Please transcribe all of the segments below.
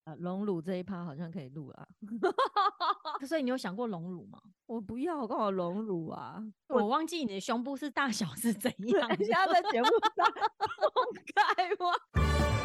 隆乳这一趴好像可以录啊。 所以你有想过隆乳吗？ 我不要，我干嘛隆乳啊？我我忘记你的胸部是大小是怎样等一的。 下在节目上公开吗？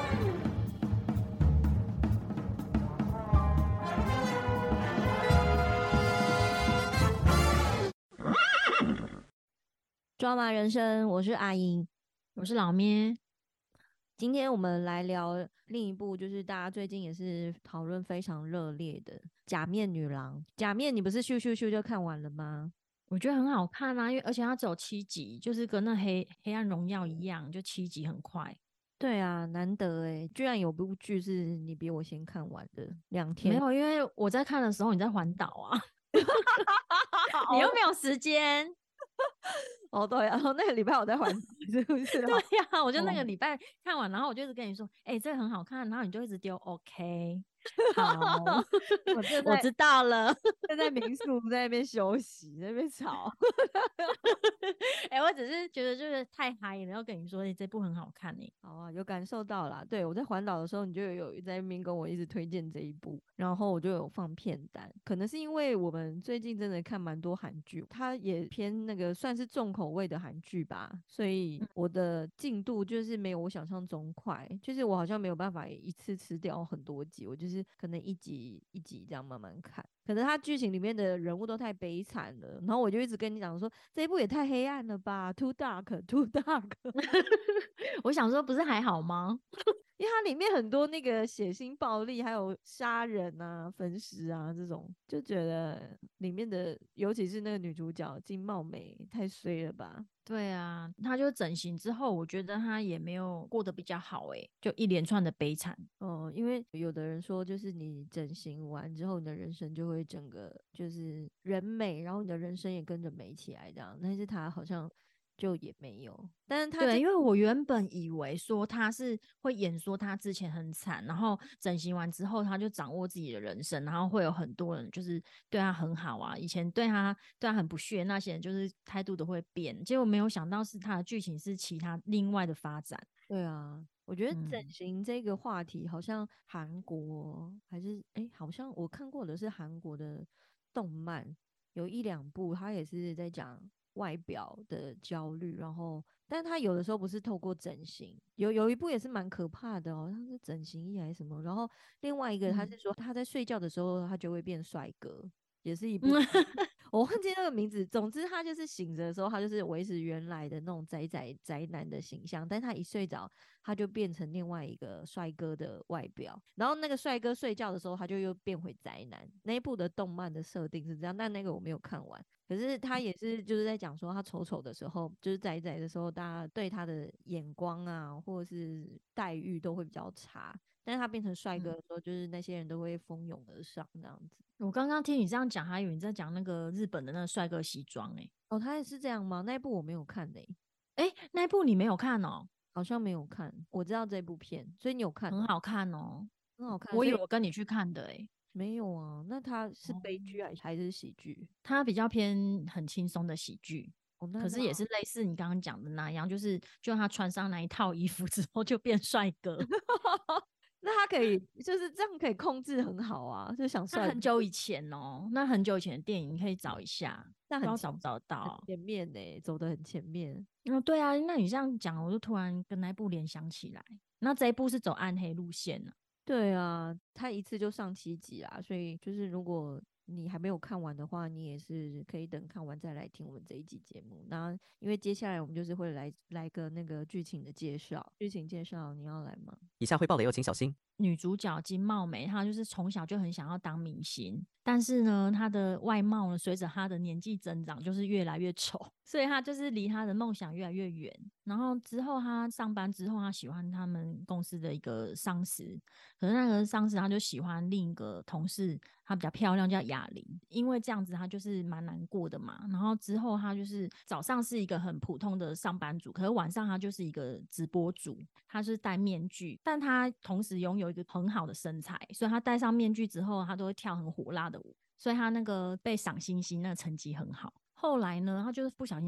抓马人生，我是阿英。 我是老咩。 今天我们来聊另一部，就是大家最近也是讨论非常热烈的《假面女郎》。假面，你不是咻咻咻就看完了吗？ 我觉得很好看啊，因为而且它只有7集，就是跟那黑暗荣耀一样，就7集很快。 对啊，难得诶，居然有部剧是你比我先看完的，2天。 没有，因为我在看的时候你在环岛啊。你又哦没有时间。 哦，对啊，然后那个礼拜我在环岛，是不是？ 对哦呀、我就那个哦， 礼拜看完，然后我就一直跟你说，这个很好看，然后你就一直丢 OK。好。 我正我在知道了。 民宿在那边休息，在那边吵。 我只是觉得就是太嗨了，要跟你说，这部很好看好啊，有感受到啦。对，我在环岛的时候，你就有在那边跟我一直推荐这一部，然后我就有放片单。可能是因为我们最近真的看蛮多韩剧，它也偏那个算是重口味的韩剧吧，所以我的进度就是没有我想象中快，就是我好像没有办法一次吃掉很多集，我就是可能一集一集这样慢慢看。可能它剧情里面的人物都太悲惨了，然后我就一直跟你讲说，这一部也太黑暗了吧，too dark，too dark。 我想说，不是还好吗？ 因为它里面很多那个血腥暴力，还有杀人啊、分尸啊这种，就觉得里面的，尤其是那个女主角金茂美太衰了吧？ 对啊，他就整形之后，我觉得他也没有过得比较好，就一连串的悲惨。 哦，因为有的人说，就是你整形完之后，你的人生就会整个就是人美，然后你的人生也跟着美起来这样。但是他好像就也没有，但是他这对，因为我原本以为说他是会演说他之前很惨，然后整形完之后他就掌握自己的人生，然后会有很多人就是对他很好啊，以前对他很不屑那些人就是态度都会变，结果没有想到是他的剧情是其他另外的发展。 对啊，我觉得整嗯。 形这个话题好像韩国还是好像我看过的是韩国的动漫，有一两部，它也是在讲外表的焦虑，然后，但它有的时候不是透过整形，有一部也是蛮可怕的哦，好像是整形医还是什么，然后另外一个他是嗯。 说他在睡觉的时候他就会变帅哥，也是一部嗯。 我忘记那个名字。总之，他就是醒着的时候，他就是维持原来的那种宅男的形象，但他一睡着，他就变成另外一个帅哥的外表。然后那个帅哥睡觉的时候，他就又变回宅男。那一部的动漫的设定是这样，但那个我没有看完。可是他也是就是在讲说，他丑丑的时候，就是宅宅的时候，大家对他的眼光啊，或者是待遇都会比较差。但是他变成帅哥嗯。 的时候，就是那些人都会蜂拥而上这样子。 我刚刚听你这样讲，还以为你在讲那个日本的那个帅哥西装哦，他也是这样吗？那一部我没有看呢、 那一部你没有看哦？ 好像没有看。我知道这部片，所以你有看哦， 很好看哦。 很好看。 我以为所以我跟你去看的没有啊？那它是哦， 悲剧还是喜剧？ 它比较偏很轻松的喜剧， 哦，那那可是也是类似你刚刚讲的那样，就他穿上那一套衣服之后就变帅哥。 那他可以就是这样可以控制很好啊，就想那帅就很久以前哦，那很久以前的电影你可以找一下， 那很前不知道找不找得到。 前面呢、走得很前面。 对啊，那你这样讲，我就突然跟那一部联想起来。那这一部是走暗黑路线呢？ 对啊，他一次就上7集啦，所以就是如果你还没有看完的话，你也是可以等看完再来听我们这一集节目。那因为接下来我们就是会来个那个剧情的介绍，剧情介绍你要来吗？ 以下会爆雷哦，请小心。 女主角金茂美，她就是从小就很想要当明星，但是呢，她的外貌呢，随着她的年纪增长，就是越来越丑，所以她就是离她的梦想越来越远。然后之后她上班之后，她喜欢他们公司的一个上司，可是那个上司他就喜欢另一个同事，她比较漂亮，叫雅玲。因为这样子，她就是蛮难过的嘛。然后之后她就是早上是一个很普通的上班族，可是晚上她就是一个直播主，她是戴面具，但她同时拥有一个很好的身材，所以她戴上面具之后，她都会跳很火辣的舞，所以她那个被赏星星那个成绩很好。后来呢，她就是不小心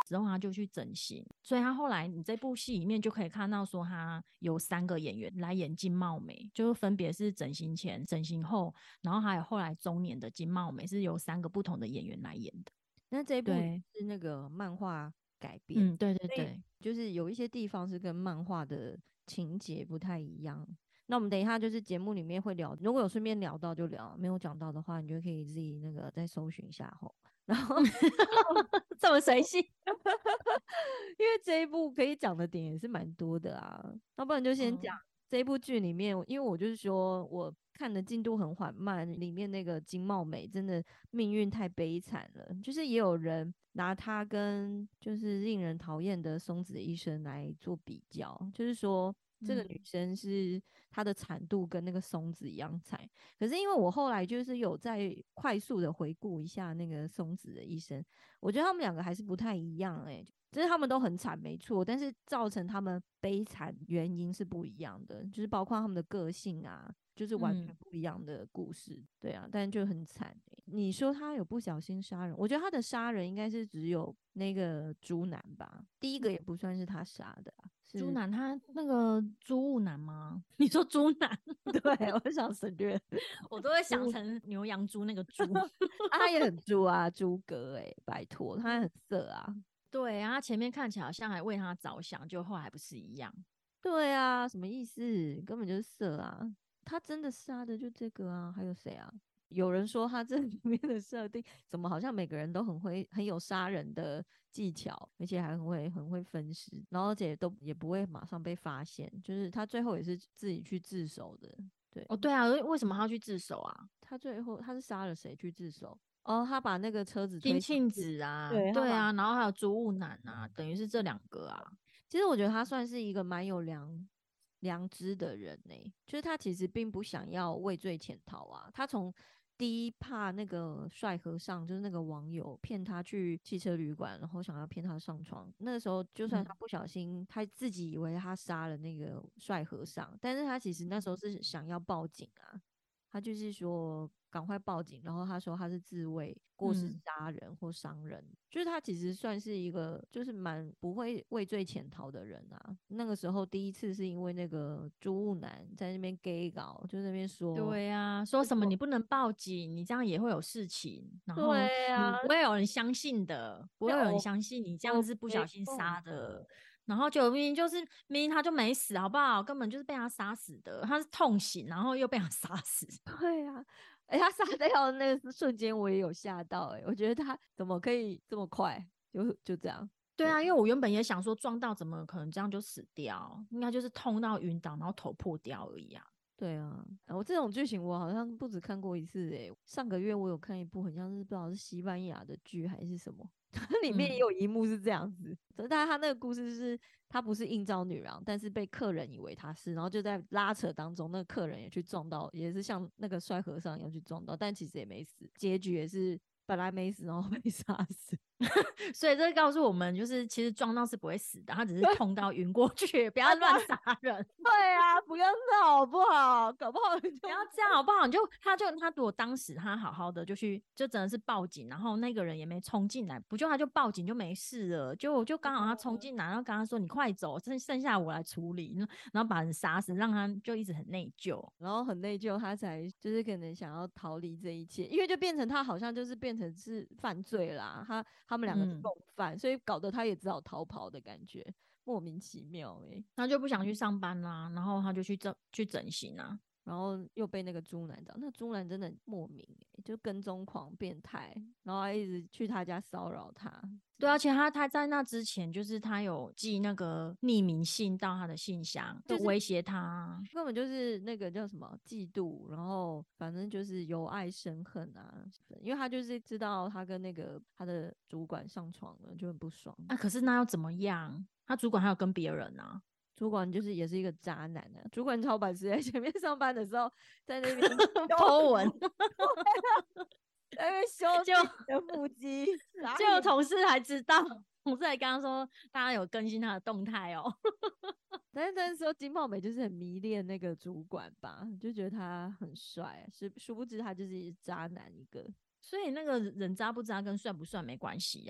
之后他就去整形，所以他后来你这部戏里面就可以看到说他有3个演员来演金茂美，就是分别是整形前、整形后，然后还有后来中年的金茂美，是由3个不同的演员来演的。 那这一部对， 是那个漫画改编， 对对所以对， 就是有一些地方是跟漫画的情节不太一样。那我们等一下就是节目里面会聊，如果有顺便聊到就聊，没有讲到的话，你就可以自己那个再搜寻一下吼。然后这么随性。 因为这一部可以讲的点也是蛮多的啊，那不然就先讲嗯这一部剧里面，因为我就是说我看的进度很缓慢，里面那个金茂美真的命运太悲惨了，就是也有人拿她跟就是令人讨厌的松子医生来做比较，就是说这个女嗯生是她的惨度跟那个松子一样惨，可是因为我后来就是有在快速的回顾一下那个松子的医生，我觉得他们两个还是不太一样就是他们都很惨没错，但是造成他们悲惨原因是不一样的，就是包括他们的个性啊，就是完全嗯， 不一样的故事，对啊，但就很惨你说他有不小心杀人，我觉得他的杀人应该是只有那个猪男吧，第一个也不算是他杀的啊，是猪男他那个猪物男吗？你说猪男， 对我想省略我都会想猪， 成牛羊猪那个猪。 他也很猪啊，猪哥拜托，他也很色啊， 对啊，他前面看起来好像还为他着想，就后来还不是一样。 对啊，什么意思？根本就是色啊！他真的杀的就这个啊，还有谁啊？有人说他这里面的设定，怎么好像每个人都很会、很有杀人的技巧，而且还很会分尸，然后而且都也不会马上被发现，就是他最后也是自己去自首的。对， 哦，对啊，为什么他要去自首啊？ 他最后他是杀了谁去自首？哦，他把那个车子推下金庆去， 子啊， 对他把对啊，然后还有猪物男啊，等于是这2个啊。 其实我觉得他算是一个蛮有良知的人就是他其实并不想要畏罪潜逃啊。他从第一怕那个帅和尚，就是那个网友骗他去汽车旅馆，然后想要骗他上床。那个时候，就算他嗯不小心，他自己以为他杀了那个帅和尚，但是他其实那时候是想要报警啊。他就是说赶快报警，然后他说他是自卫，过失嗯， 杀人或伤人，就是他其实算是一个就是蛮不会畏罪潜逃的人啊。那个时候第一次是因为那个猪务男在那边 gay 搞，就那边说， 对啊，说什么你不能报警，你这样也会有事情，然后对啊， 你不会有人相信的，不会有人那相信你这样我是不小没心杀的。 空的， 然后就明明他就没死，好不好？根本就是被他杀死的，他是痛醒，然后又被他杀死。 对啊。他杀掉的那个瞬间，我也有吓到我觉得他怎么可以这么快，就这样。对。 对啊，因为我原本也想说撞到怎么可能这样就死掉，应该就是痛到晕倒，然后头破掉而已啊。 对啊，我这种剧情我好像不止看过一次上个月我有看一部很像是不知道是西班牙的剧还是什么，它里面也嗯， 有一幕是这样子。但是他那个故事是他不是应召女郎，但是被客人以为他是，然后就在拉扯当中，那个客人也去撞到，也是像那个帅和尚一样去撞到，但其实也没死，结局也是本来没死，然后被杀死。 所以这告诉我们，就是其实撞到是不会死的，他只是痛到晕过去，不要乱杀人。 对啊，不要闹好不好？搞不好你就不要这样好不好？他如果当时他好好的就真的是报警，然后那个人也没冲进来，不就他就报警就没事了。就刚好他冲进来，然后跟他说你快走，剩下我来处理，然后把人杀死，让他就一直很内疚。 然后很内疚，他才就是可能想要逃离这一切，因为就变成他好像就是变成是犯罪啦，他们两个是嗯， 共犯，所以搞得他也只好逃跑的感觉，莫名其妙他就不想去上班啦，然后他就去整形啊。 然后又被那个猪男找，那猪男真的很莫名就跟踪狂变态，然后还一直去他家骚扰他， 对，而且他在那之前，就是他有寄那个匿名信到他的信箱，就就是威胁他。 根本就是那个叫什么嫉妒，然后反正就是由爱生恨啊，因为他就是知道他跟那个他的主管上床了，就很不爽。 啊，可是那要怎么样？他主管还有跟别人啊。 主管就是也是一个渣男啊，主管超白痴，在前面上班的时候在那边 po 文， 在那边修就自己的腹肌，傻就眼。 同事还知道，同事还跟他说，大家有更新他的动态哦。 但是说金茂美就是很迷恋那个主管吧，就觉得他很帅，殊不知他就是渣男一个。 所以那个人渣不渣跟帅不帅没关系呀、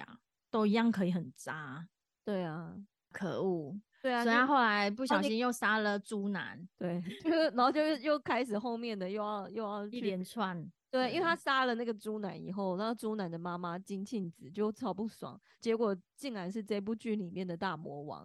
都一样可以很渣。 对啊， 可恶！ 对啊， 所以他后来不小你心又杀了猪男， 对，就是然后就又开始后面的又要一去。 连串。 对，因为他对， 杀了那个猪男以后，那猪男的妈妈金庆子就超不爽，结果竟然是这部剧里面的大魔王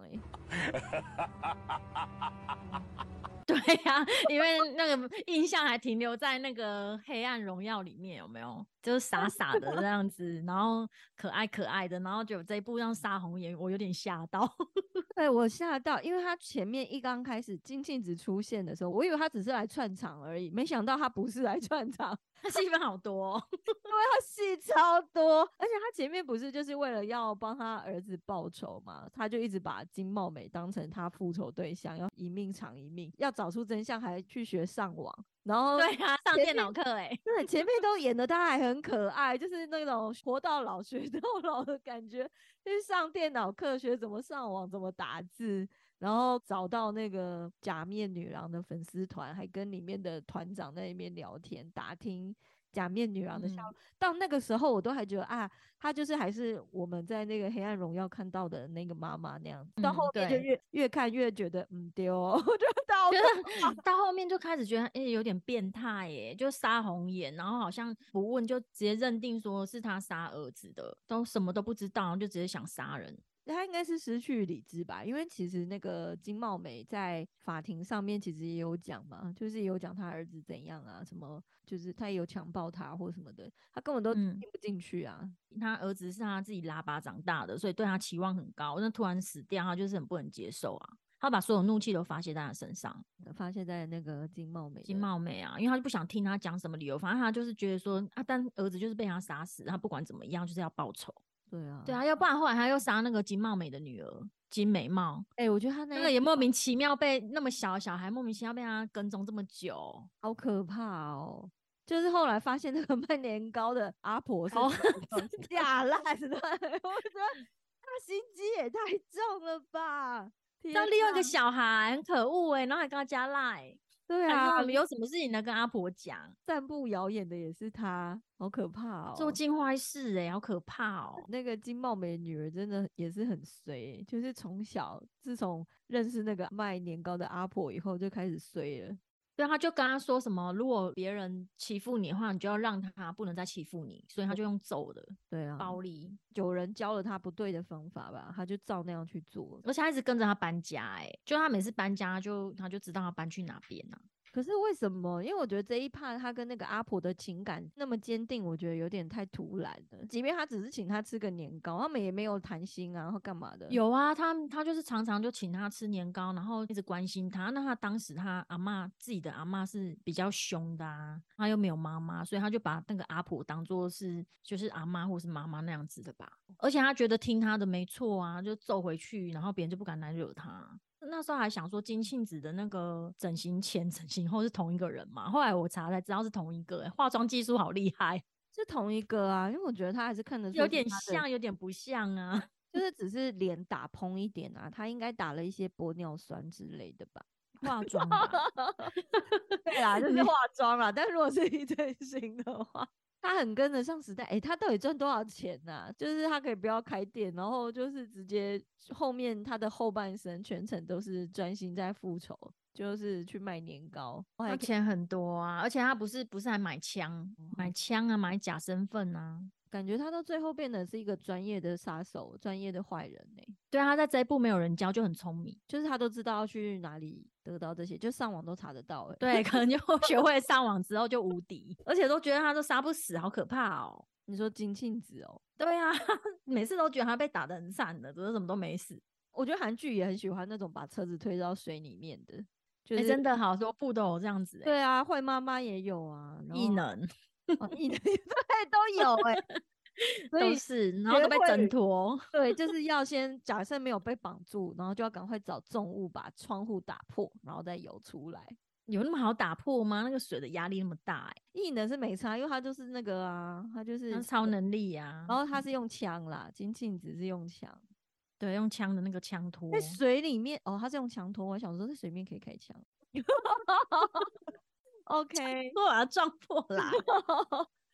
对呀、因为那个印象还停留在那个《黑暗荣耀》里面，有没有？就是傻傻的这样子，然后可爱可爱的，然后就这一部让杀红眼，我有点吓到。 对我吓到，因为他前面一刚开始金庆子出现的时候，我以为他只是来串场而已，没想到他不是来串场， 他戏份好多、哦。 因为他戏超多，而且他前面不是就是为了要帮他儿子报仇嘛，他就一直把金茂美当成他复仇对象，要一命偿一命，要找出真相还去学上网，然后对啊，上前面电脑课对前面都演的他还很可爱，就是那种活到老学到老的感觉，就是上电脑课学怎么上网怎么打字。然后找到那个假面女郎的粉丝团，还跟里面的团长在那边聊天，打听假面女郎的下落。到那个时候，我都还觉得啊，她就是还是我们在那个《黑暗荣耀》看到的那个妈妈那样子。到后面就对， 越看越觉得丢、哦，我觉得到就是到后面就开始觉得，有点变态耶，就杀红眼，然后好像不问就直接认定说是他杀儿子的，都什么都不知道，就直接想杀人。 他应该是失去理智吧，因为其实那个金茂美在法庭上面其实也有讲嘛，就是也有讲他儿子怎样啊，什么就是他也有强暴他或什么的，他根本都听不进去啊。 他儿子是他自己拉拔长大的，所以对他期望很高。那突然死掉，他就是很不能接受啊。他把所有怒气都发泄在他身上。 发现在那个金茂美金的， 茂美啊，因为他就不想听他讲什么理由，反正他就是觉得说啊，但儿子就是被他杀死，他不管怎么样就是要报仇。 对啊， 对啊，要不然后来他又杀那个金茂美的女儿金美貌， 我觉得他那一那个也莫名其妙被那么小的小孩莫名其妙被他跟踪这么久。 好可怕哦。就是后来发现那个卖年糕的阿婆是哦， 假烂的，我觉得他心机也太重了吧！天这样利用一个哪， 小孩很可恶然后还跟他加赖，还对啊， 说我们有什么事情能跟阿婆讲， 散布谣言的也是他，好可怕哦。 做尽坏事好可怕哦。 那个金茂美的女儿真的也是很衰就是从小自从认识那个卖年糕的阿婆以后就开始衰了。 对，他就跟他说什么，如果别人欺负你的话，你就要让他不能再欺负你，所以他就用揍的对啊， 暴力， 有人教了他不对的方法吧，他就照那样去做。 而且他一直跟着他搬家，就他每次搬家他就知道他搬去哪边啊。 可是为什么？因为我觉得这一趴他跟那个阿婆的情感那么坚定，我觉得有点太突然了。即便他只是请他吃个年糕，他们也没有谈心啊，然后干嘛的？ 有啊，他就是常常就请他吃年糕，然后一直关心他。那他当时他阿嬷自己的阿嬷是比较凶的啊，他又没有妈妈，所以他就把那个阿婆当做是就是阿嬷或是妈妈那样子的吧。而且他觉得听他的没错啊，就揍回去，然后别人就不敢来惹他。那时候还想说金庆子的那个整形前、整形后是同一个人嘛？后来我查才知道是同一个、化妆技术好厉害， 是同一个啊，因为我觉得他还是看得出有是他的， 点像，有点不像啊。 就是只是脸打蓬一点啊，他应该打了一些玻尿酸之类的吧。 化妆吧， 对啦，就是你化妆啦。但如果是一整形的话，他很跟得上时代。他到底赚多少钱呐、就是他可以不要开店，然后就是直接后面他的后半生全程都是专心在复仇，就是去卖年糕。我还可以他钱很多啊，而且他不是还买枪、买枪啊，买假身份啊。 感觉他到最后变得是一个专业的杀手、专业的坏人呢、 对啊，他在这一部没有人教，就很聪明。 就是他都知道要去哪里得到这些，就上网都查得到对，可能就学会上网之后就无敌，而且都觉得他都杀不死，好可怕哦。 你说金庆子哦， 对啊，每次都觉得他被打得很惨的，只是什么都没死。 我觉得韩剧也很喜欢那种把车子推到水里面的，就真是的好多部都有这样子对啊，坏妈妈也有啊，然后异能异能对都有所以都是，然后学都被挣会脱。 对，就是要先假设没有被绑住，然后就要赶快找重物把窗户打破，然后再游出来。 有那么好打破吗？那个水的压力那么大异能是没差，因为他就是那个啊，他就是那是超能力呀、 然后他是用枪啦，金庆子是用枪， 对，用枪的那个枪在托， 水里面哦，他是用枪托，我想说在水面可以开枪。OK， 都把它撞破来。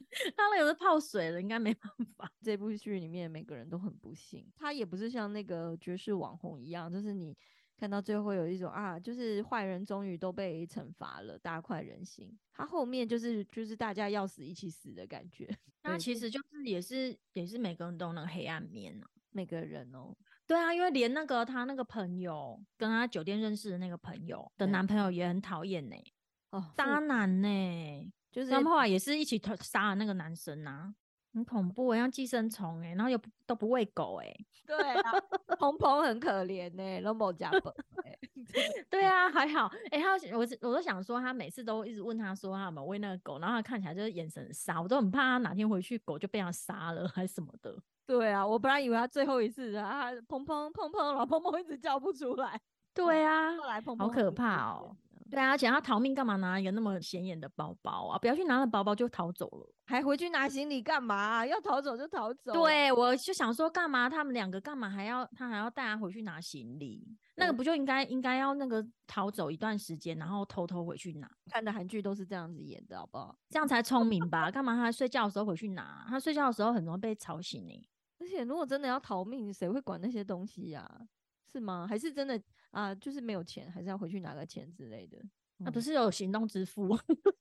他那个是泡水了，应该没办法。 这部剧里面每个人都很不幸，他也不是像那个绝世网红一样，就是你看到最后会有一种啊，就是坏人终于都被惩罚了，大快人心。他后面就是大家要死一起死的感觉。对， 他其实就是也是每个人都有那个黑暗面啊。 每个人哦， 对啊，因为连那个他那个朋友跟他酒店认识的那个朋友的对男朋友也很讨厌呢， 哦， 渣男呢。 就是他们后来也是一起杀了那个男生啊，很恐怖欸，像寄生虫然后都不喂狗对啊，鹏鹏很可怜呢，都没加本哎，真的。 对啊，还好我都想说，他每次都一直问他说他有没有喂那个狗，然后他看起来就是眼神很杀，我都很怕他哪天回去狗就被他杀了还是什么的。 对啊，我本来以为他最后一次啊，砰砰砰砰，然后砰砰一直叫不出来。哦， 对啊， 后来砰好可砰还是出怕哦。 现了， 对啊，而且他逃命干嘛拿一个那么显眼的包包啊？不要去拿了包包就逃走了。 还回去拿行李干嘛啊？要逃走就逃走啊。 对，我就想说，干嘛他们两个干嘛他还要带他回去拿行李？那个我不就应该要那个逃走一段时间，然后偷偷回去拿， 看的韩剧都是这样子演的，好不好？ 这样才聪明吧？干嘛他睡觉的时候回去拿？他睡觉的时候很容易被吵醒而且如果真的要逃命，谁会管那些东西呀、是吗？还是真的啊？就是没有钱，还是要回去拿个钱之类的？ 那不是有行动支付？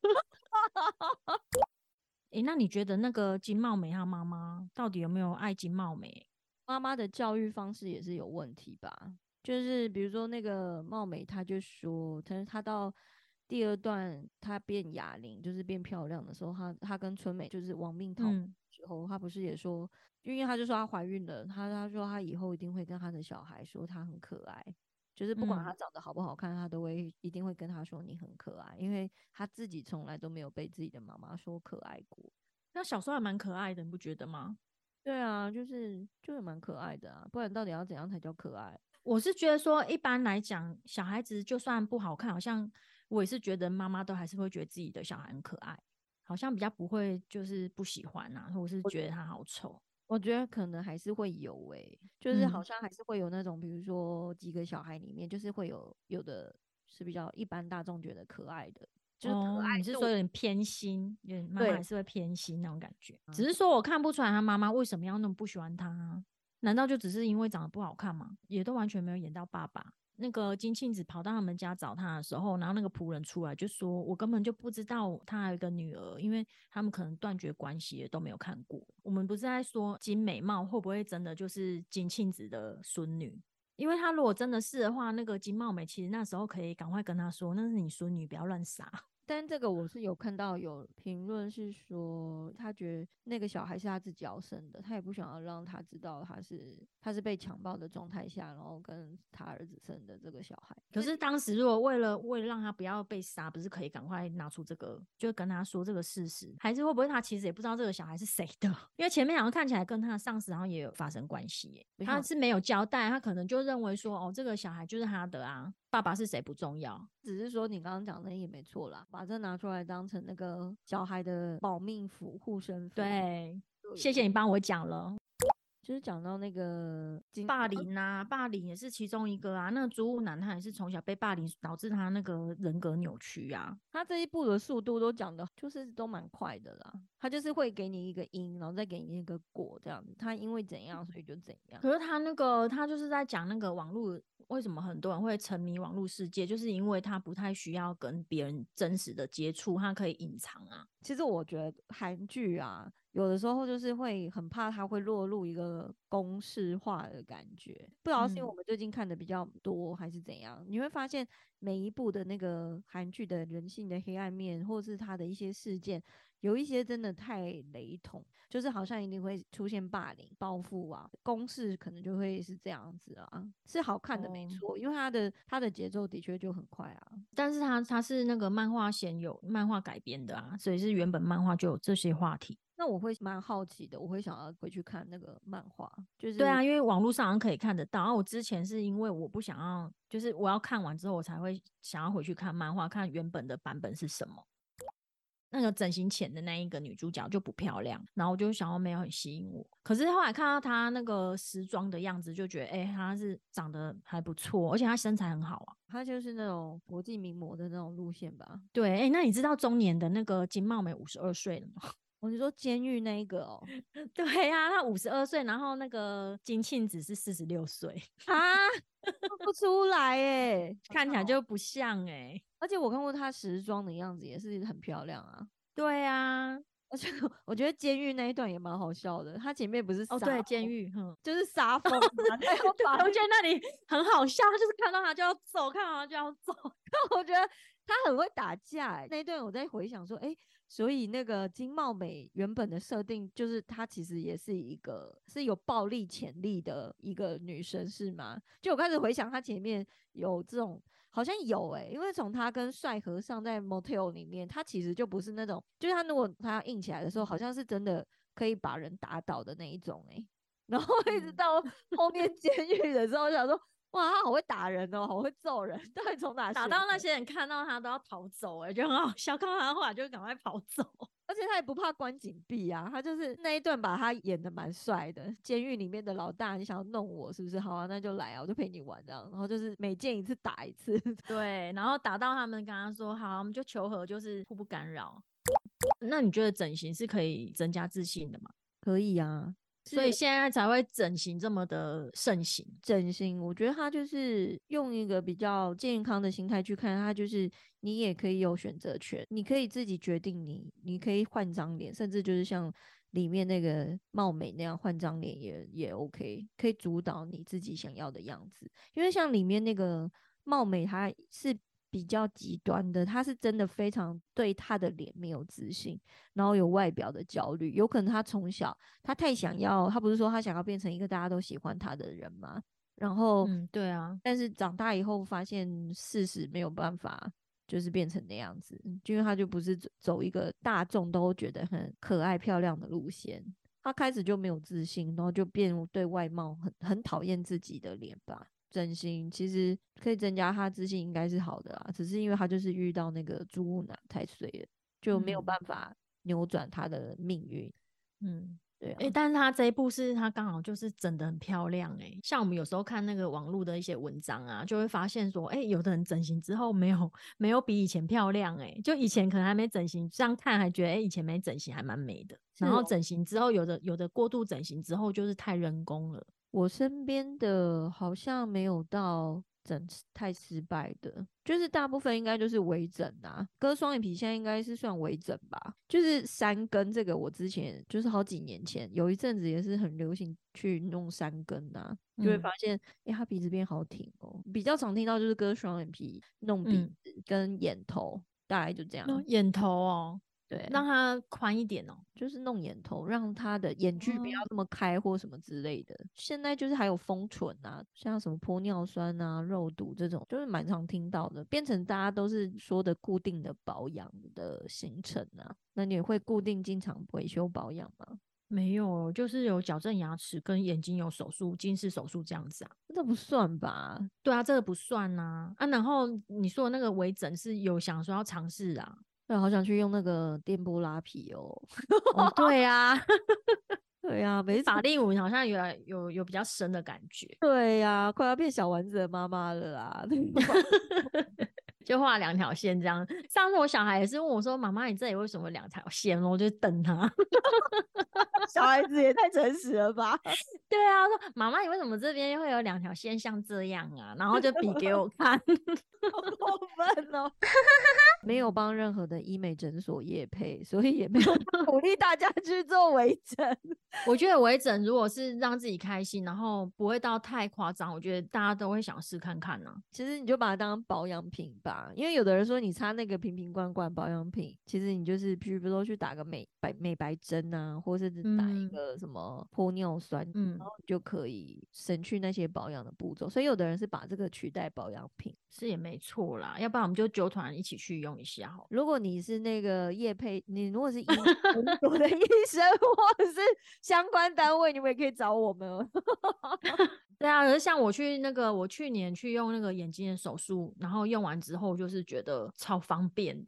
那你觉得那个金茂美她妈妈到底有没有爱金茂美？ 妈妈的教育方式也是有问题吧？就是比如说那个貌美，她就说，她到第二段她变哑铃，就是变漂亮的时候，她跟春美就是亡命逃命嗯之后，她不是也说，因为她就说她怀孕了，她说她以后一定会跟她的小孩说她很可爱，就是不管她嗯， 长得好不好看，她都会一定会跟她说你很可爱，因为她自己从来都没有被自己的妈妈说可爱过。 那小时候还蛮可爱的，你不觉得吗？ 对啊，就是蛮可爱的啊，不然到底要怎样才叫可爱？ 我是觉得说，一般来讲，小孩子就算不好看，好像我也是觉得妈妈都还是会觉得自己的小孩很可爱，好像比较不会就是不喜欢啊，或者是觉得他好丑。 我觉得可能还是会有就是好嗯， 像还是会有那种，比如说几个小孩里面，就是会有的是比较一般大众觉得可爱的，就是可哦，你是爱度说有点偏心，有点妈妈还对， 是会偏心那种感觉。只是说我看不出来他妈妈为什么要那么不喜欢他啊，难道就只是因为长得不好看吗？也都完全没有演到爸爸。那个金庆子跑到他们家找他的时候，然后那个仆人出来就说：“我根本就不知道他还有一个女儿，因为他们可能断绝关系都没有看过。”我们不是在说金美貌会不会真的就是金庆子的孙女？因为他如果真的是的话，那个金茂美其实那时候可以赶快跟他说：“那是你孙女，不要乱杀。” 但这个我是有看到有评论是说，他觉得那个小孩是他自己要生的，他也不想要让他知道他是被强暴的状态下，然后跟他儿子生的这个小孩。 可是当时如果为了让他不要被杀，不是可以赶快拿出这个，就跟他说这个事实，还是会不会他其实也不知道这个小孩是谁的？因为前面好像看起来跟他的上司好像也有发生关系耶， 不想他是没有交代，他可能就认为说哦，这个小孩就是他的啊，爸爸是谁不重要。 只是说你刚刚讲的也没错啦，把这拿出来当成那个小孩的保命符、护身符。 对， 对， 谢谢你帮我讲了。 就是讲到那个霸凌啊，霸凌也是其中一个啊。那个租屋男他也是从小被霸凌，导致他那个人格扭曲啊。 他这一部的速度都讲的，就是都蛮快的啦。他就是会给你一个因，然后再给你一个果这样子。他因为怎样，所以就怎样。 可是他就是在讲那个网络为什么很多人会沉迷网络世界，就是因为他不太需要跟别人真实的接触，他可以隐藏啊。 其实我觉得韩剧啊，有的时候就是会很怕它会落入一个公式化的感觉，不知道是因为我们最近看的比较多还是怎样，你会发现每一部的那个韩剧的人性的黑暗面，或是它的一些事件，有一些真的太雷同，就是好像一定会出现霸凌、报复啊，公式可能就会是这样子啊，是好看的没哦， 错，因为它的节奏的确就很快啊。 但是他是那个漫画先有漫画改编的啊，所以是原本漫画就有这些话题。 那我会蛮好奇的，我会想要回去看那个漫画，就是对啊，因为网络上好像可以看得到。然后我之前是因为我不想要，就是我要看完之后，我才会想要回去看漫画，看原本的版本是什么。那个整形前的那一个女主角就不漂亮，然后我就想要没有很吸引我。可是后来看到她那个时装的样子，就觉得她是长得还不错，而且她身材很好啊。 他就是那种国际名模的那种路线吧。 对，那你知道中年的那个金茂美52岁了吗？ 你说监狱那一个哦？ 对呀、他52岁，然后那个金庆子是46岁， 啊，看不出来耶， 看起来就不像而且我看过她时装的样子，也是很漂亮啊。 对啊， 而且我觉得监狱那一段也蛮好笑的，他前面不是哦， 杀对，监疯， 狱， 就是杀疯嘛，他要对， 把我觉得那里很好笑，他就是看到他就要走，看到他就要走。 我觉得他很会打架那一段我在回想说，所以那个金茂美原本的设定就是她其实也是一个是有暴力潜力的一个女生是吗？就我开始回想她前面有这种。好像有因为从她跟帅和尚在 motel 里面，她其实就不是那种，就是她如果她硬起来的时候，好像是真的可以把人打倒的那一种然后一直到后面监狱的时候，我想说，哇，他好会打人哦，好会揍人，到底从哪学的？ 打到那些人看到他都要逃走，就很好笑。看到他后来就赶快跑走。 而且他也不怕关紧闭啊，他就是那一段把他演的蛮帅的。监狱里面的老大，你想要弄我是不是？好啊，那就来啊，我就陪你玩这样。然后就是每见一次打一次。 对，然后打到他们跟他说好，我们就求和，就是互不干扰。那你觉得整形是可以增加自信的吗？ 可以啊， 所以现在才会整形这么的盛行。 整形，我觉得他就是用一个比较健康的心态去看，他就是你也可以有选择权，你可以自己决定你可以换张脸，甚至就是像里面那个貌美那样换张脸也 OK，可以主导你自己想要的样子。因为像里面那个貌美，她是比较极端的，她是真的非常对她的脸没有自信，然后有外表的焦虑，有可能她从小她太想要，她不是说她想要变成一个大家都喜欢她的人吗？然后， 对啊， 但是长大以后发现事实没有办法，就是变成那样子，因为她就不是走一个大众都觉得很可爱漂亮的路线，她开始就没有自信，然后就变对外貌很讨厌自己的脸吧。整形其实可以增加她自信，应该是好的啦，只是因为她就是遇到那个猪屋男太衰了，就没有办法扭转她的命运。对啊， 但是他这一部是他刚好就是整的很漂亮像我们有时候看那个网络的一些文章啊，就会发现说，有的人整形之后没有比以前漂亮就以前可能还没整形，这样看还觉得以前没整形还蛮美的，然后整形之后有的过度整形之后就是太人工了。 我身边的好像没有到整太失败的，就是大部分应该就是微整啊，割双眼皮现在应该是算微整吧。就是山根这个，我之前就是好几年前有一阵子也是很流行去弄山根啊，就会发现他鼻子变好挺哦。比较常听到就是割双眼皮、弄鼻子跟眼头，大概就这样。 眼头哦， 对， 让它宽一点哦， 就是弄眼头，让他的眼距不要那么开或什么之类的。现在就是还有丰唇啊，像什么玻尿酸啊、肉毒这种，就是蛮常听到的，变成大家都是说的固定的保养的行程啊。那你会固定经常维修保养吗？ 没有，就是有矫正牙齿跟眼睛有手术、近视手术这样子啊。 这不算吧？ 对啊，这个不算然后你说的那个微整是有想说要尝试啊。 对，好想去用那个电波拉皮哦。 哦，对啊， 对啊，每次法令纹好像有比较深的感觉。 对呀，快要变小丸子的妈妈了啦。 就画2条线这样。上次我小孩也是问我说：“妈妈，你这里为什么2条线？”我就瞪他。 小孩子也太诚实了吧？ 对啊，说妈妈，你为什么这边会有2条线像这样啊？然后就比给我看。 好过分哦！没有帮任何的医美诊所业配，所以也没有鼓励大家去做微整。 我觉得微整如果是让自己开心，然后不会到太夸张，我觉得大家都会想试看看呢。 其实你就把它当保养品吧，因为有的人说你擦那个瓶瓶罐罐保养品，其实你就是比如说去打个美白针啊，或是打一个什么玻尿酸，然后你就可以省去那些保养的步骤。所以有的人是把这个取代保养品， 是也没错啦。要不然我们就揪团一起去用一下好了。 如果你是那个业配，你如果是医所的医生或者是相关单位，你们也可以找我们哦。 对啊，可是像我去年去用那个眼睛的手术，然后用完之后就是觉得超方便的，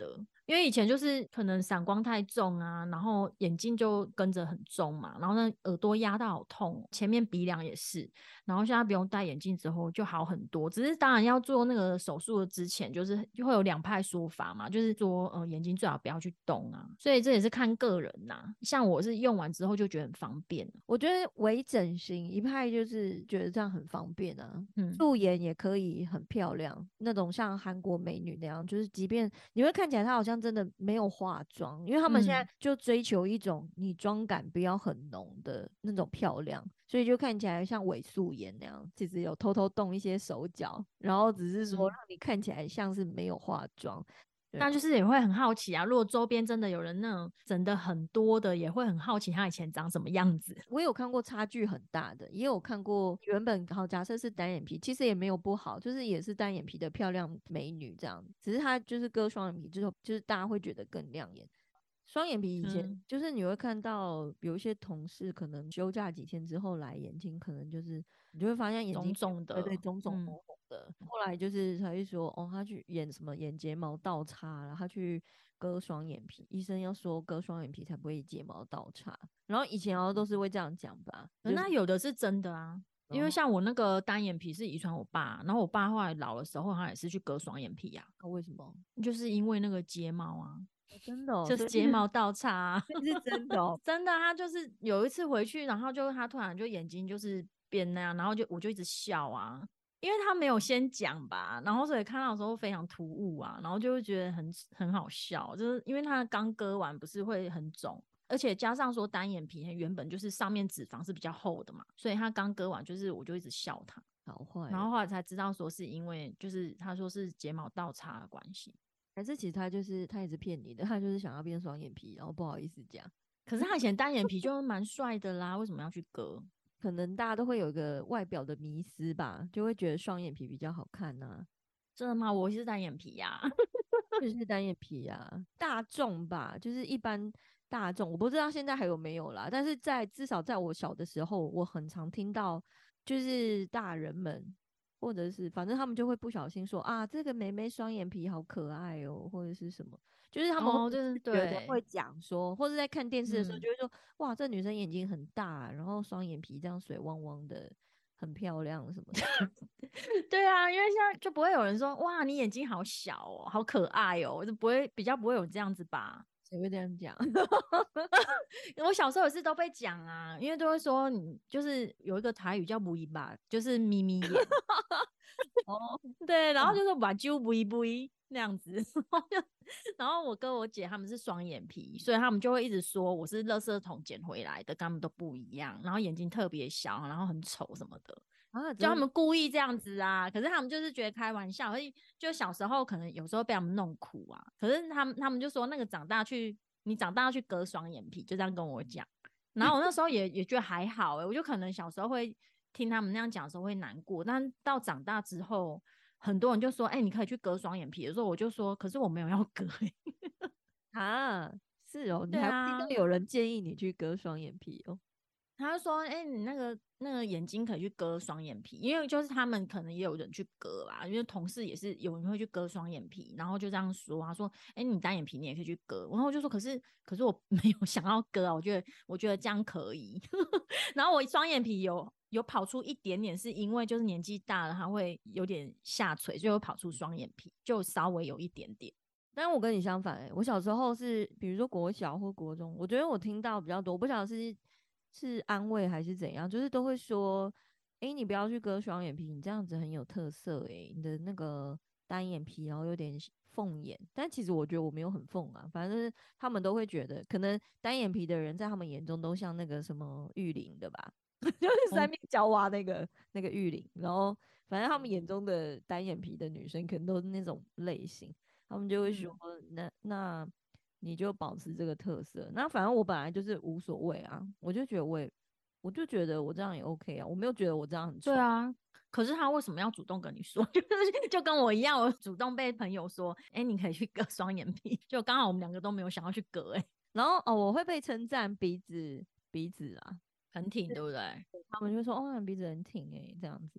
因为以前就是可能散光太重啊，然后眼睛就跟着很重嘛，然后呢耳朵压到好痛，前面鼻梁也是，然后现在不用戴眼镜之后就好很多。只是当然要做那个手术之前，就是会有两派说法嘛，就是说眼睛最好不要去动啊，所以这也是看个人呐。像我是用完之后就觉得很方便。 我觉得微整形一派就是觉得这样很方便啊， 嗯素颜也可以很漂亮，那种像韩国美女那样，就是即便你会看起来她好像真的没有化妆，因为他们现在就追求一种你妆感不要很浓的那种漂亮，所以就看起来像伪素颜那样，其实有偷偷动一些手脚，然后只是说让你看起来像是没有化妆。对那啊， 就是也会很好奇啊，如果周边真的有人那种整的很多的，也会很好奇他以前长什么样子。 我有看过差距很大的，也有看过原本好假设是单眼皮，其实也没有不好，就是也是单眼皮的漂亮美女这样，只是她就是割双眼皮之后，就是大家会觉得更亮眼。双眼皮以前就是你会看到有一些同事可能休假几天之后来，眼睛可能就是你就会发现眼睛肿肿的， 对对肿肿红红的。后来就是才会说哦，他去演什么眼睫毛倒插了，他去割双眼皮，医生要说割双眼皮才不会睫毛倒插。然后以前好像都是会这样讲吧，就是那有的是真的啊。因为哦， 像我那个单眼皮是遗传我爸，然后我爸后来老的时候，他也是去割双眼皮啊， 为什么？ 就是因为那个睫毛啊， 哦真的哦， 就是所以睫毛倒插啊。 所以是真的哦。 真的，他就是有一次回去，然后就他突然就眼睛就是变那样，然后我就一直笑啊，因为他没有先讲吧，然后所以看到的时候非常突兀啊，然后就会觉得很好笑，就是因为他刚割完不是会很肿，而且加上说单眼皮原本就是上面脂肪是比较厚的嘛，所以他刚割完就是我就一直笑他， 好坏哦， 然后后来才知道说是因为就是他说是睫毛倒插的关系。 还是其实他就是他也是骗你的，他就是想要变双眼皮，然后不好意思讲。 可是他以前单眼皮就蛮帅的啦，为什么要去割？ 可能大家都会有一个外表的迷思吧，就会觉得双眼皮比较好看呐、 真的吗？我是单眼皮呀、 就是单眼皮啊，大众吧，就是一般大众，我不知道现在还有没有啦，但是至少在我小的时候，我很常听到，就是大人们或者是反正他们就会不小心说啊，这个妹妹双眼皮好可爱哦，或者是什么，就是他们会哦，就是觉得会对， 讲说，或者在看电视的时候嗯， 就会说，哇，这女生眼睛很大，然后双眼皮这样水汪汪的，很漂亮什么的。 对啊，因为现在就不会有人说哇，你眼睛好小哦，好可爱哦，就不会比较不会有这样子吧？ 谁会这样讲？ 我小时候也是都被讲啊，因为都会说你就是有一个台语叫“不一吧”，就是眯眯眼， 哦， 对，然后哇， 就是把揪不一不一那样子，然后我哥我姐他们是双眼皮，所以他们就会一直说我是垃圾桶捡回来的，跟他们都不一样，然后眼睛特别小，然后很丑什么的。 啊， 就他真的们故意这样子啊，可是他们就是觉得开玩笑，所以就小时候可能有时候被他们弄苦啊，可是他们就说那个你长大要去割双眼皮，就这样跟我讲。然后我那时候也觉得还好我就可能小时候会听他们那样讲的时候会难过，但到长大之后，很多人就说，你可以去割双眼皮的时候，我就说，可是我没有要割、 啊，是哦，你对还会听到啊， 有人建议你去割双眼皮哦。 他就说：你那个眼睛可以去割双眼皮，因为就是他们可能也有人去割啦，因为同事也是有人会去割双眼皮，然后就这样说，他说：你单眼皮你也可以去割。然后我就说：可是我没有想要割啊，我觉得这样可以。然后我双眼皮有跑出一点点，是因为就是年纪大了，它会有点下垂，就会跑出双眼皮，就稍微有一点点。 但我跟你相反我小时候是比如说国小或国中，我觉得我听到比较多，我不晓得是安慰还是怎样，就是都会说，你不要去割双眼皮，你这样子很有特色你的那个单眼皮然后有点凤眼，但其实我觉得我没有很凤啊，反正就是他们都会觉得，可能单眼皮的人在他们眼中都像那个什么玉林的吧，就是三哦， 面娇娃那个玉林，然后反正他们眼中的单眼皮的女生可能都是那种类型。他们就会说， 嗯， 那你就保持这个特色。那反正我本来就是无所谓啊，我就觉得我这样也 OK 啊，我没有觉得我这样很丑。 对啊。可是他为什么要主动跟你说？就跟我一样，我主动被朋友说，你可以去割双眼皮，就刚好我们两个都没有想要去割， 然后我会被称赞鼻子啊， 很挺，对不对？ 他们就说哦，你鼻子很挺这样子。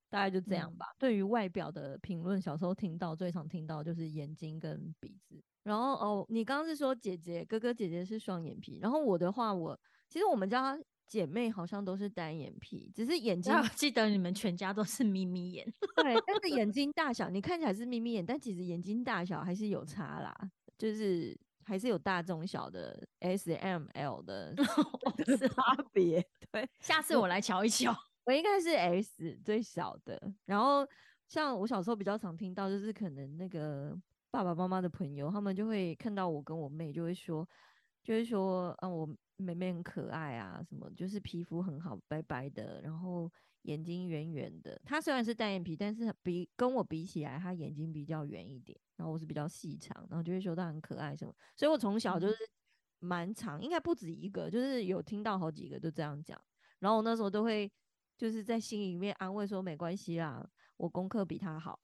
大概就这样吧。对于外表的评论，小时候听到最常听到就是眼睛跟鼻子。然后你刚刚是说姐姐、哥哥、姐姐是双眼皮，然后我的话，其实我们家姐妹好像都是单眼皮，只是眼睛。 我记得你们全家都是眯眯眼。 对，但是眼睛大小，你看起来是眯眯眼，但其实眼睛大小还是有差啦，就是还是有大中小的 S、M、L 的差别。对， 下次我来瞧一瞧。 我应该是 S 最小的。然后像我小时候比较常听到，就是可能那个爸爸妈妈的朋友，他们就会看到我跟我妹，就会说，我妹妹很可爱啊，什么就是皮肤很好，白白的，然后眼睛圆圆的。她虽然是单眼皮，但是跟我比起来，她眼睛比较圆一点，然后我是比较细长，然后就会说她很可爱什么。所以我从小就是蛮长，应该不止一个，就是有听到好几个就这样讲。然后我那时候都会就是在心里面安慰说没关系啦，我功课比他好。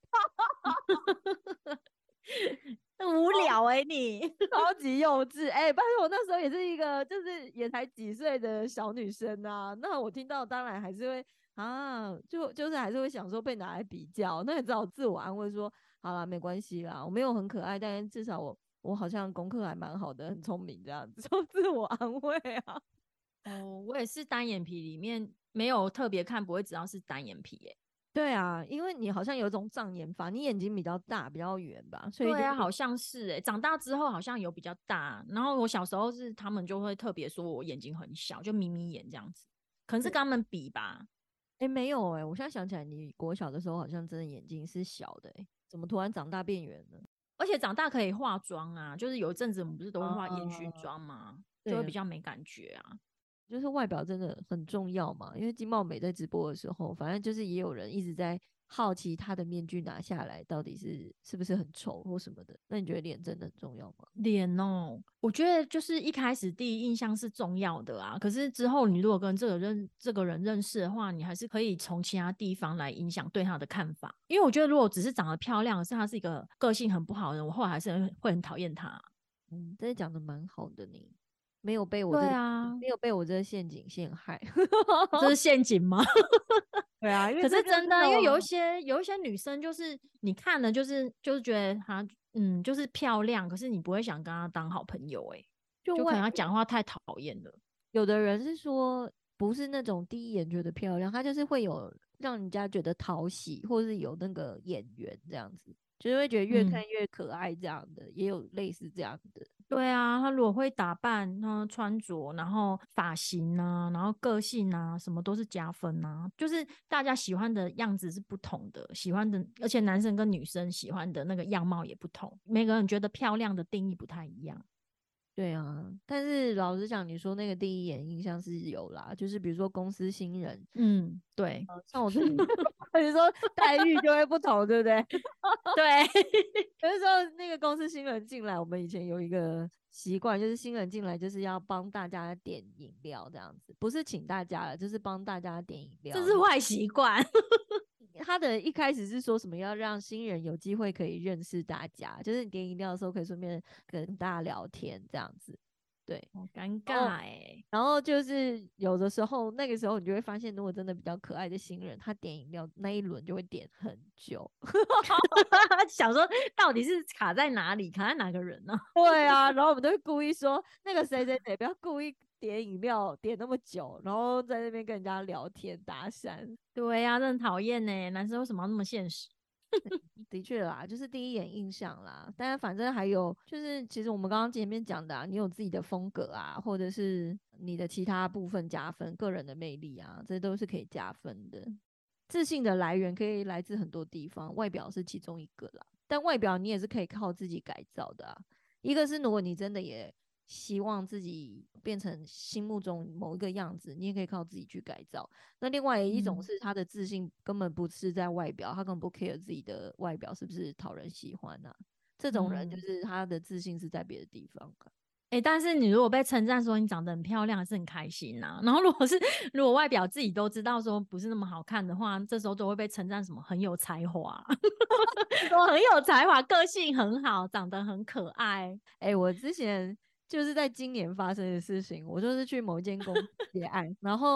无聊你。 超级幼稚拜托我那时候也是一个就是也才几岁的小女生啊，那我听到当然还是会就是还是会想说被拿来比较，那也只好自我安慰说好啦没关系啦，我没有很可爱，但是至少我好像功课还蛮好的，很聪明这样子，就自我安慰啊。 我也是单眼皮，里面没有特别看不会知道是单眼皮耶。 对啊，因为你好像有一种障眼法，你眼睛比较大比较圆吧，所以对啊，好像是长大之后好像有比较大，然后我小时候是他们就会特别说我眼睛很小，就眯眯眼这样子，可能是跟他们比吧。 没有我现在想起来，你国小的时候好像真的眼睛是小的怎么突然长大变圆了？ 而且长大可以化妆啊，就是有一阵子我们不是都会化烟熏哦， 妆吗？就会对， 比较没感觉啊。 就是外表真的很重要嘛。因为金茂美在直播的时候，反正就是也有人一直在好奇她的面具拿下来到底是不是很丑或什么的。那你觉得脸真的很重要吗？ 脸我觉得就是一开始第一印象是重要的啊，可是之后你如果跟这个人认识的话，你还是可以从其他地方来影响对他的看法。因为我觉得如果只是长得漂亮，可是他是一个个性很不好的人，我后来还是会很讨厌他。 真的讲的蛮好的，你没有被我这对个啊， 没有被我这个陷阱陷害。 这是陷阱吗？ 对啊，因为可这是真的，因为就是有一些女生就是你看了就是觉得她就是漂亮，可是你不会想跟她当好朋友就可能她讲话太讨厌了。 有的人是说不是那种第一眼觉得漂亮，他就是会有让人家觉得讨喜，或是有那个眼缘这样子，就是会觉得越看越可爱这样的，也有类似这样的。 对啊，她如果会打扮，她穿着，然后发型啊，然后个性啊，什么都是加分啊。就是大家喜欢的样子是不同的，喜欢的，而且男生跟女生喜欢的那个样貌也不同，每个人觉得漂亮的定义不太一样。 对啊，但是老实讲，你说那个第一眼印象是有啦，就是比如说公司新人， 对， 像我这里，你说待遇就会不同，对不对？ 对。 有的时候那个公司新人进来，我们以前有一个习惯，就是新人进来就是要帮大家点饮料这样子，不是请大家了，就是帮大家点饮料。 这是坏习惯。 他的一开始是说什么要让新人有机会可以认识大家，就是你点饮料的时候可以顺便跟大家聊天这样子。对， 好尴尬然后就是有的时候那个时候你就会发现，如果真的比较可爱的新人，他点饮料那一轮就会点很久。 想说到底是卡在哪里，卡在哪个人呢？ 对啊，然后我们都会故意说那个谁谁谁不要故意点饮料点那么久，然后在那边跟人家聊天搭讪。 对呀，真的讨厌呢。男生为什么要那么现实？ 的确啦，就是第一眼印象啦。但是反正还有就是，其实我们刚刚前面讲的啊，你有自己的风格啊，或者是你的其他部分加分，个人的魅力啊，这都是可以加分的。自信的来源可以来自很多地方，外表是其中一个啦。但外表你也是可以靠自己改造的啊。一个是如果你真的也希望自己变成心目中某一个样子，你也可以靠自己去改造。那另外一种是他的自信根本不是在外表，他根本不 care 自己的外表是不是讨人喜欢啊。这种人就是他的自信是在别的地方。 但是你如果被称赞说你长得很漂亮，是很开心啊。然后如果外表自己都知道说不是那么好看的话，这时候都会被称赞什么很有才华，说很有才华，个性很好，长得很可爱。 我之前就是在今年发生的事情，我就是去某一间公司接案，然后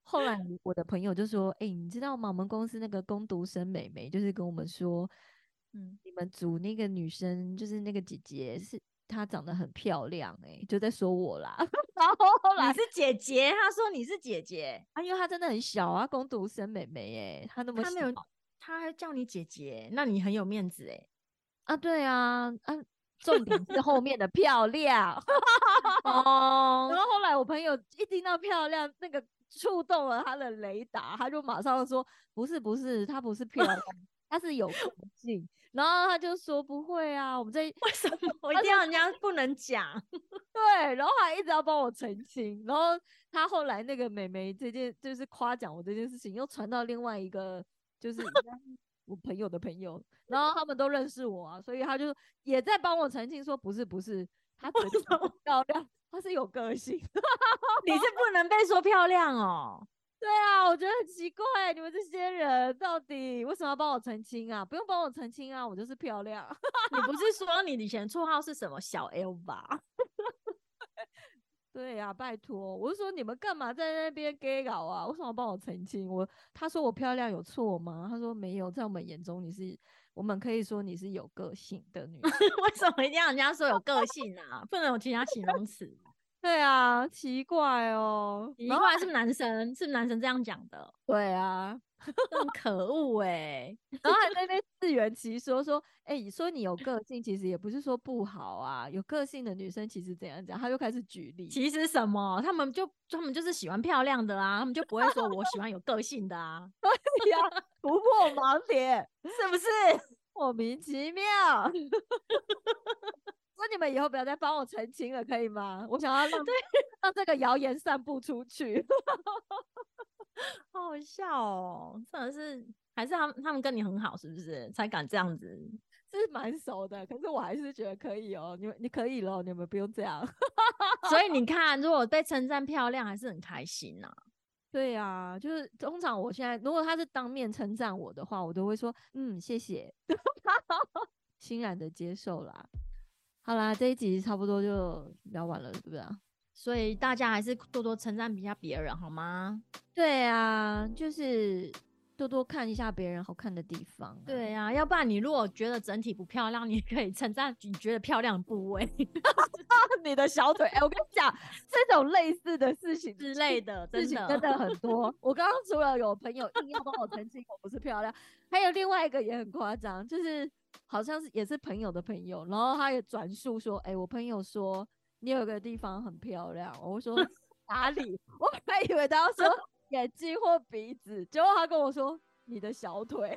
后来我的朋友就说：“哎、你知道吗？我们公司那个工读生美眉就是跟我们说， 嗯， 你们组那个女生就是那个姐姐是她长得很漂亮、欸，就在说我啦。然后后来你是姐姐，他说你是姐姐， 啊，因为她真的很小啊，工读生美眉、欸，她那么小他没有，他还叫你姐姐，那你很有面子啊，对啊，啊，重点是后面的漂亮。然哦， 后后来我朋友一听到漂亮，那个触动了他的雷达，他就马上说：“不是不是，她不是漂亮，她是有个性。”然后他就说：“不会啊，我们这为什么我一而且定要人家不能讲？ 对，然后还一直要帮我澄清。然后他后来那个美眉这件就是夸奖我这件事情，又传到另外一个就是应该是我朋友的朋友，然后他们都认识我啊，所以他就也在帮我澄清说：不是不是，她绝对不是为什么漂亮，她是有个性。” 你是不能被说漂亮哦？ 对啊，我觉得很奇怪，你们这些人到底为什么要帮我澄清啊？不用帮我澄清啊，我就是漂亮。 你不是说你以前绰号是什么小 L 吧？ 对呀、拜托，我是说你们干嘛在那边 gay 搞啊？为什么要帮我澄清？他说我漂亮有错吗？他说没有，在我们眼中我们可以说你是有个性的女生。 为什么一定要人家说有个性啊？不能有其他形容词？ 对啊，奇怪哦。然后奇怪，是不是男生？是不是男生这样讲的？ 对啊， 很可恶哎、 然后还在那边自圆其说，哎、说你有个性，其实也不是说不好啊，有个性的女生其实怎样讲，他就开始举例。 其实什么？他们就是喜欢漂亮的啊，他们就不会说我喜欢有个性的啊， 呀，突破盲点， 是不是？ 莫名其妙。说你们以后不要再帮我澄清了，可以吗？我想要让这个谣言散布出去。 好好笑哦，真的是，还是他们跟你很好，是不是才敢这样子？ 是蛮熟的，可是我还是觉得可以哦。你可以了，你们不用这样。 所以你看，如果被称赞漂亮，还是很开心呐、 对呀、就是通常我现在如果他是当面称赞我的话，我都会说谢谢，欣然的接受啦。好啦，这一集差不多就聊完了，对不对啊？ 所以大家还是多多称赞一下别人，好吗？ 对啊，就是多多看一下别人好看的地方啊。 对啊，要不然你如果觉得整体不漂亮，你可以称赞你觉得漂亮的部位你的小腿，我跟你讲，这种类似的事情之类的， 事真的。 情真的很多。我刚刚除了有朋友硬要帮我澄清我不是漂亮，还有另外一个也很夸张，就是好像是也是朋友的朋友，然后他也转述说，我朋友说你有个地方很漂亮，我说哪里？我还以为他要说眼睛或鼻子，结果他跟我说你的小腿。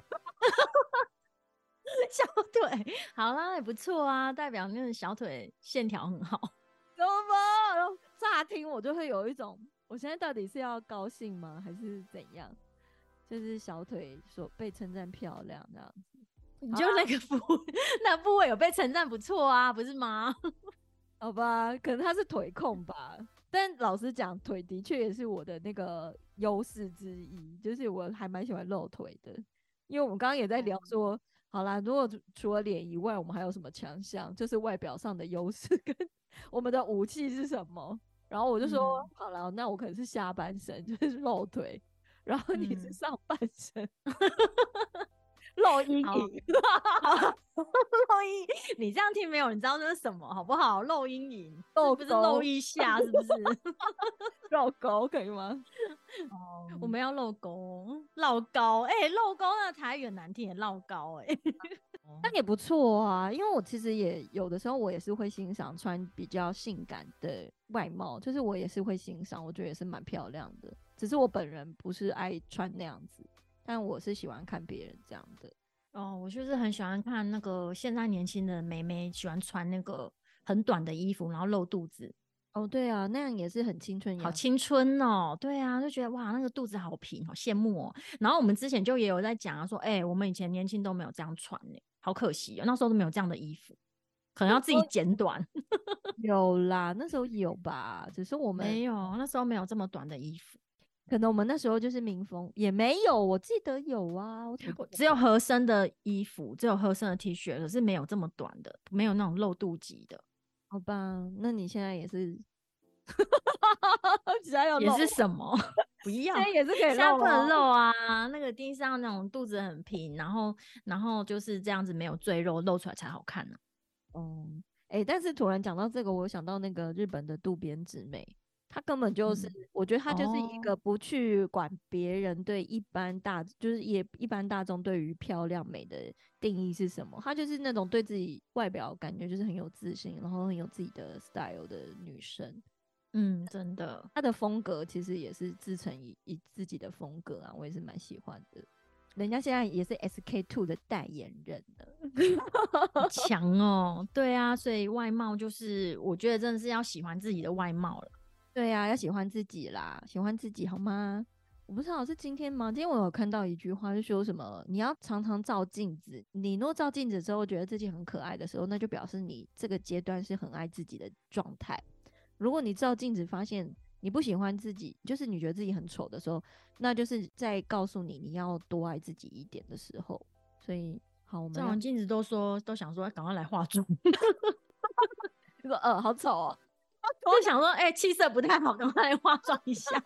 小腿，好啦，也不错啊，代表那个小腿线条很好。 怎么？然后乍听我就会有一种，我现在到底是要高兴吗，还是怎样？就是小腿所被称赞漂亮这样子。 你就那个那部位有被称赞不错啊，不是吗？ 好吧，可能他是腿控吧。但老实讲，腿的确也是我的那个优势之一，就是我还蛮喜欢露腿的。因为我们刚刚也在聊说，好啦，如果除了脸以外，我们还有什么强项？就是外表上的优势跟我们的武器是什么？然后我就说， 嗯好了，那我可能是下半身，就是露腿，然后你是嗯， 上半身，露阴好， 影。 露阴，你这样听没有人知道那是什么，好不好？露阴影露是不是露沟、 一下？是不是？ 露沟可以吗？ 我们要露沟，露高，露沟那台语很难听，露高， 那也不错啊，因为我其实也有的时候我也是会欣赏穿比较性感的外貌，就是我也是会欣赏，我觉得也是蛮漂亮的。只是我本人不是爱穿那样子，但我是喜欢看别人这样的。 哦，我就是很喜欢看那个现在年轻的妹妹喜欢穿那个很短的衣服，然后露肚子， 哦，对啊，那样也是很青春洋溢。 好青春哦。对啊，就觉得哇，那个肚子好平，好羡慕哦。然后我们之前就也有在讲啊，说我们以前年轻都没有这样穿呢，好可惜哦，那时候都没有这样的衣服，可能要自己剪短。 有啦，那时候有吧，只是我们没有，那时候没有这么短的衣服， 可能我们那时候就是民风也没有，我记得有啊，我怎么记得只有合身的衣服，只有合身的 T 恤，可是没有这么短的，没有那种露肚脐的。 好吧？那你现在也是，现在要也露是什么？ 不要， 现在也是可以现在露不能哦。 露啊，那个地上那种肚子很平，然后就是这样子没有赘肉露出来才好看呢、 嗯，但是突然讲到这个，我想到那个日本的渡边直美，她根本就是， 嗯， 我觉得她就是一哦， 个不去管别人对就是一般大众对于漂亮美的定义是什么，她就是那种对自己外表感觉就是很有自信，然后很有自己的 style 的女生。 嗯，真的。 她的风格其实也是自成一自己的风格啊，我也是蛮喜欢的。人家现在也是 SK2 的代言人了。 好强哦，对啊，所以外貌就是我觉得真的是要喜欢自己的外貌了。 对呀、要喜欢自己啦，喜欢自己好吗？我不知道是今天吗？今天我有看到一句话，就说什么你要常常照镜子。你若照镜子之后觉得自己很可爱的时候，那就表示你这个阶段是很爱自己的状态。如果你照镜子发现你不喜欢自己，就是你觉得自己很丑的时候，那就是在告诉你你要多爱自己一点的时候。所以，好，我们要照完镜子都想说赶快来化妆， 说好丑哦， 就想说气色不太好，赶快来化妆一下。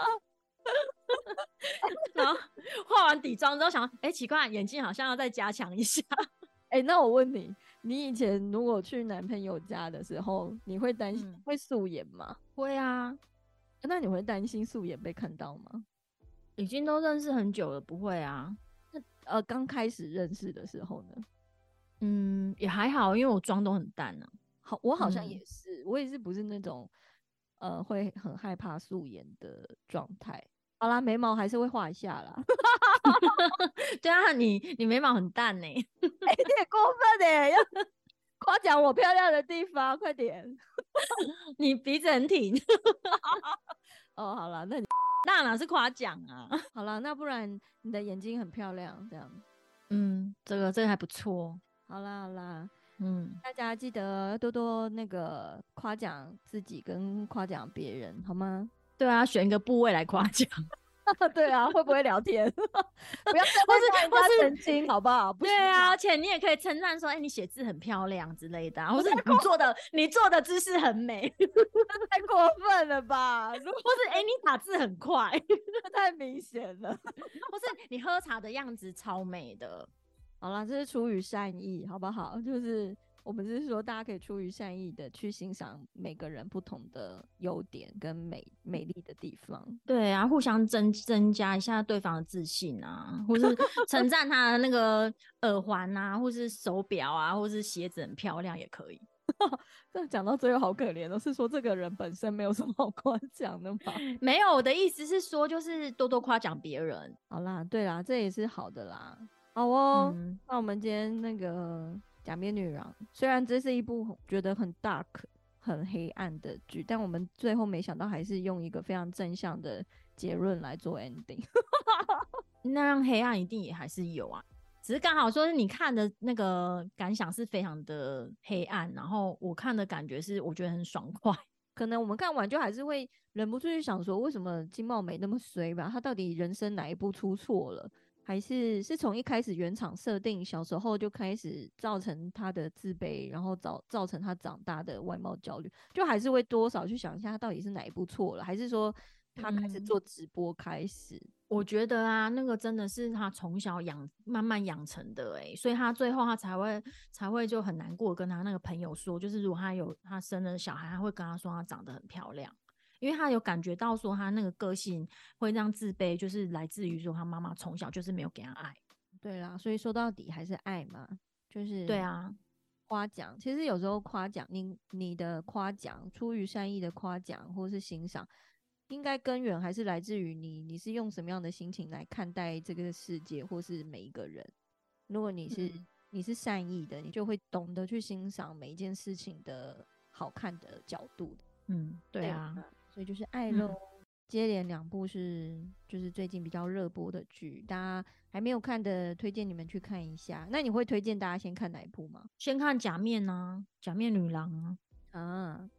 然后化完底妆之后想，奇怪，眼睛好像要再加强一下。 那我问你，你以前如果去男朋友家的时候，你会担心嗯， 会素颜吗？ 会啊， 那你会担心素颜被看到吗？ 已经都认识很久了，不会啊。 刚开始认识的时候呢？ 嗯，也还好，因为我妆都很淡啊。 好，我好像嗯， 也是，我也是不是那种会很害怕素颜的状态。好啦，眉毛还是会画一下啦。 对啊，你眉毛很淡呢、 有点过分要夸奖我漂亮的地方，快点。 你鼻子很挺， 哦，好啦，那你那哪是夸奖啊？ 好啦，那不然你的眼睛很漂亮，这样。 嗯，这个还不错。 好啦好啦， 嗯， 大家记得多多那个夸奖自己跟夸奖别人，好吗？ 对啊，选一个部位来夸奖， 对啊，会不会聊天？不要再或会向人家是或是澄清，好不好？不需对啊， 要， 而且你也可以称赞说，你写字很漂亮之类的、啊，或是你做的姿势很美， 太过分了吧？如果或是你打字很快， 太明显了。 或是你喝茶的样子超美的。 好啦，这是出于善意，好不好？就是我们是说，大家可以出于善意的去欣赏每个人不同的优点跟美丽的地方。 对啊，互相增加一下对方的自信啊，或是称赞他的那个耳环啊，或是手表啊，或是鞋子很漂亮也可以。 这讲到最后好可怜哦，是说这个人本身没有什么好夸奖的吗？ 没有，我的意思是说，就是多多夸奖别人。 好啦，对啦，这也是好的啦。好哦， 嗯， 那我们今天那个假面女郎，虽然这是一部觉得很 dark、很黑暗的剧，但我们最后没想到还是用一个非常正向的结论来做 ending。 那样黑暗一定也还是有啊，只是刚好说你看的那个感想是非常的黑暗，然后我看的感觉是我觉得很爽快。 可能我们看完就还是会忍不住去想说，为什么金茂美那么衰吧？他到底人生哪一步出错了？还是从一开始原厂设定小时候就开始造成他的自卑，然后造成他长大的外貌焦虑？就还是会多少去想一下，他到底是哪一步错了？还是说他开始嗯， 做直播开始？ 我觉得啊，那个真的是他从小慢慢养成的所以他最后他才会就很难过，跟他那个朋友说，就是如果他生了小孩，他会跟他说他长得很漂亮，因为他有感觉到说他那个个性会让自卑，就是来自于说他妈妈从小就是没有给他爱。 对啦，所以说到底还是爱嘛，就是对啊， 夸奖。其实有时候夸奖你的夸奖，出于善意的夸奖或是欣赏，应该根源还是来自于你是用什么样的心情来看待这个世界或是每一个人。如果嗯你是善意的，你就会懂得去欣赏每一件事情的好看的角度。 嗯，对啊， 所以就是爱喽。 嗯， 接连两部就是最近比较热播的剧，大家还没有看的，推荐你们去看一下。那你会推荐大家先看哪一部吗？ 先看假面啊，假面女郎啊， 啊，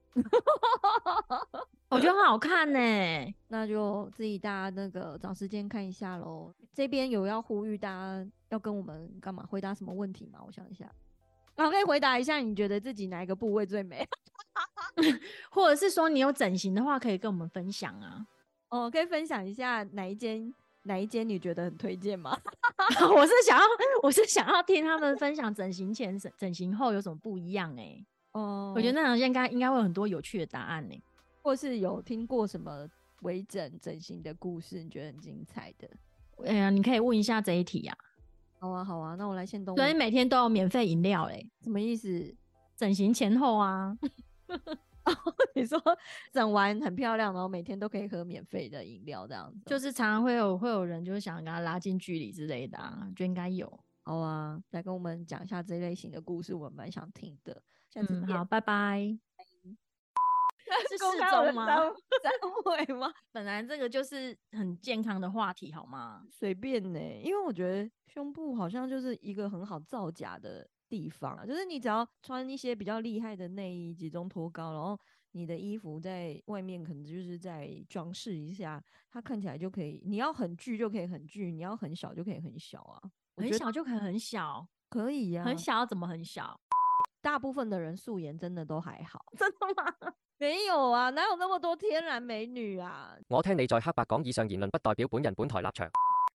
我觉得很好看呢、 那就自己大家那个找时间看一下喽。这边有要呼吁大家要跟我们干嘛？回答什么问题吗？我想一下，可以回答一下，你觉得自己哪一个部位最美？ 或者是说你有整形的话，可以跟我们分享啊。 哦，可以分享一下哪一间你觉得很推荐吗？ 我是想要听他们分享整形前、整形后有什么不一样我觉得哦， 那条线应该会有很多有趣的答案或是有听过什么微整形的故事，你觉得很精彩的？ 你可以问一下这一题啊。 好啊，好啊，那我来先动所以问， 每天都有免费饮料什么意思？ 整形前后啊。 你说整完很漂亮，然后每天都可以喝免费的饮料这样子就是常常会有人就是想跟他拉近距离之类的啊，就应该有。 好啊，来跟我们讲一下这类型的故事，我蛮想听的。下次见。 好，拜拜。是公适开我的中吗？ 三围吗？ 本来这个就是很健康的话题，好吗？ 随便呢，因为我觉得胸部好像就是一个很好造假的地方啊，就是你只要穿一些比较厉害的内衣、集中托高，然后你的衣服在外面可能就是在装饰一下，它看起来就可以。你要很巨就可以很巨，你要很小就可以很小啊。我很觉得小就可以很小， 可以呀、 很小怎么很小？ 大部分的人素颜真的都还好。 真的吗？ 没有啊，哪有那么多天然美女啊？ 我聽你在黑白講以上言論不代表本人本台立場。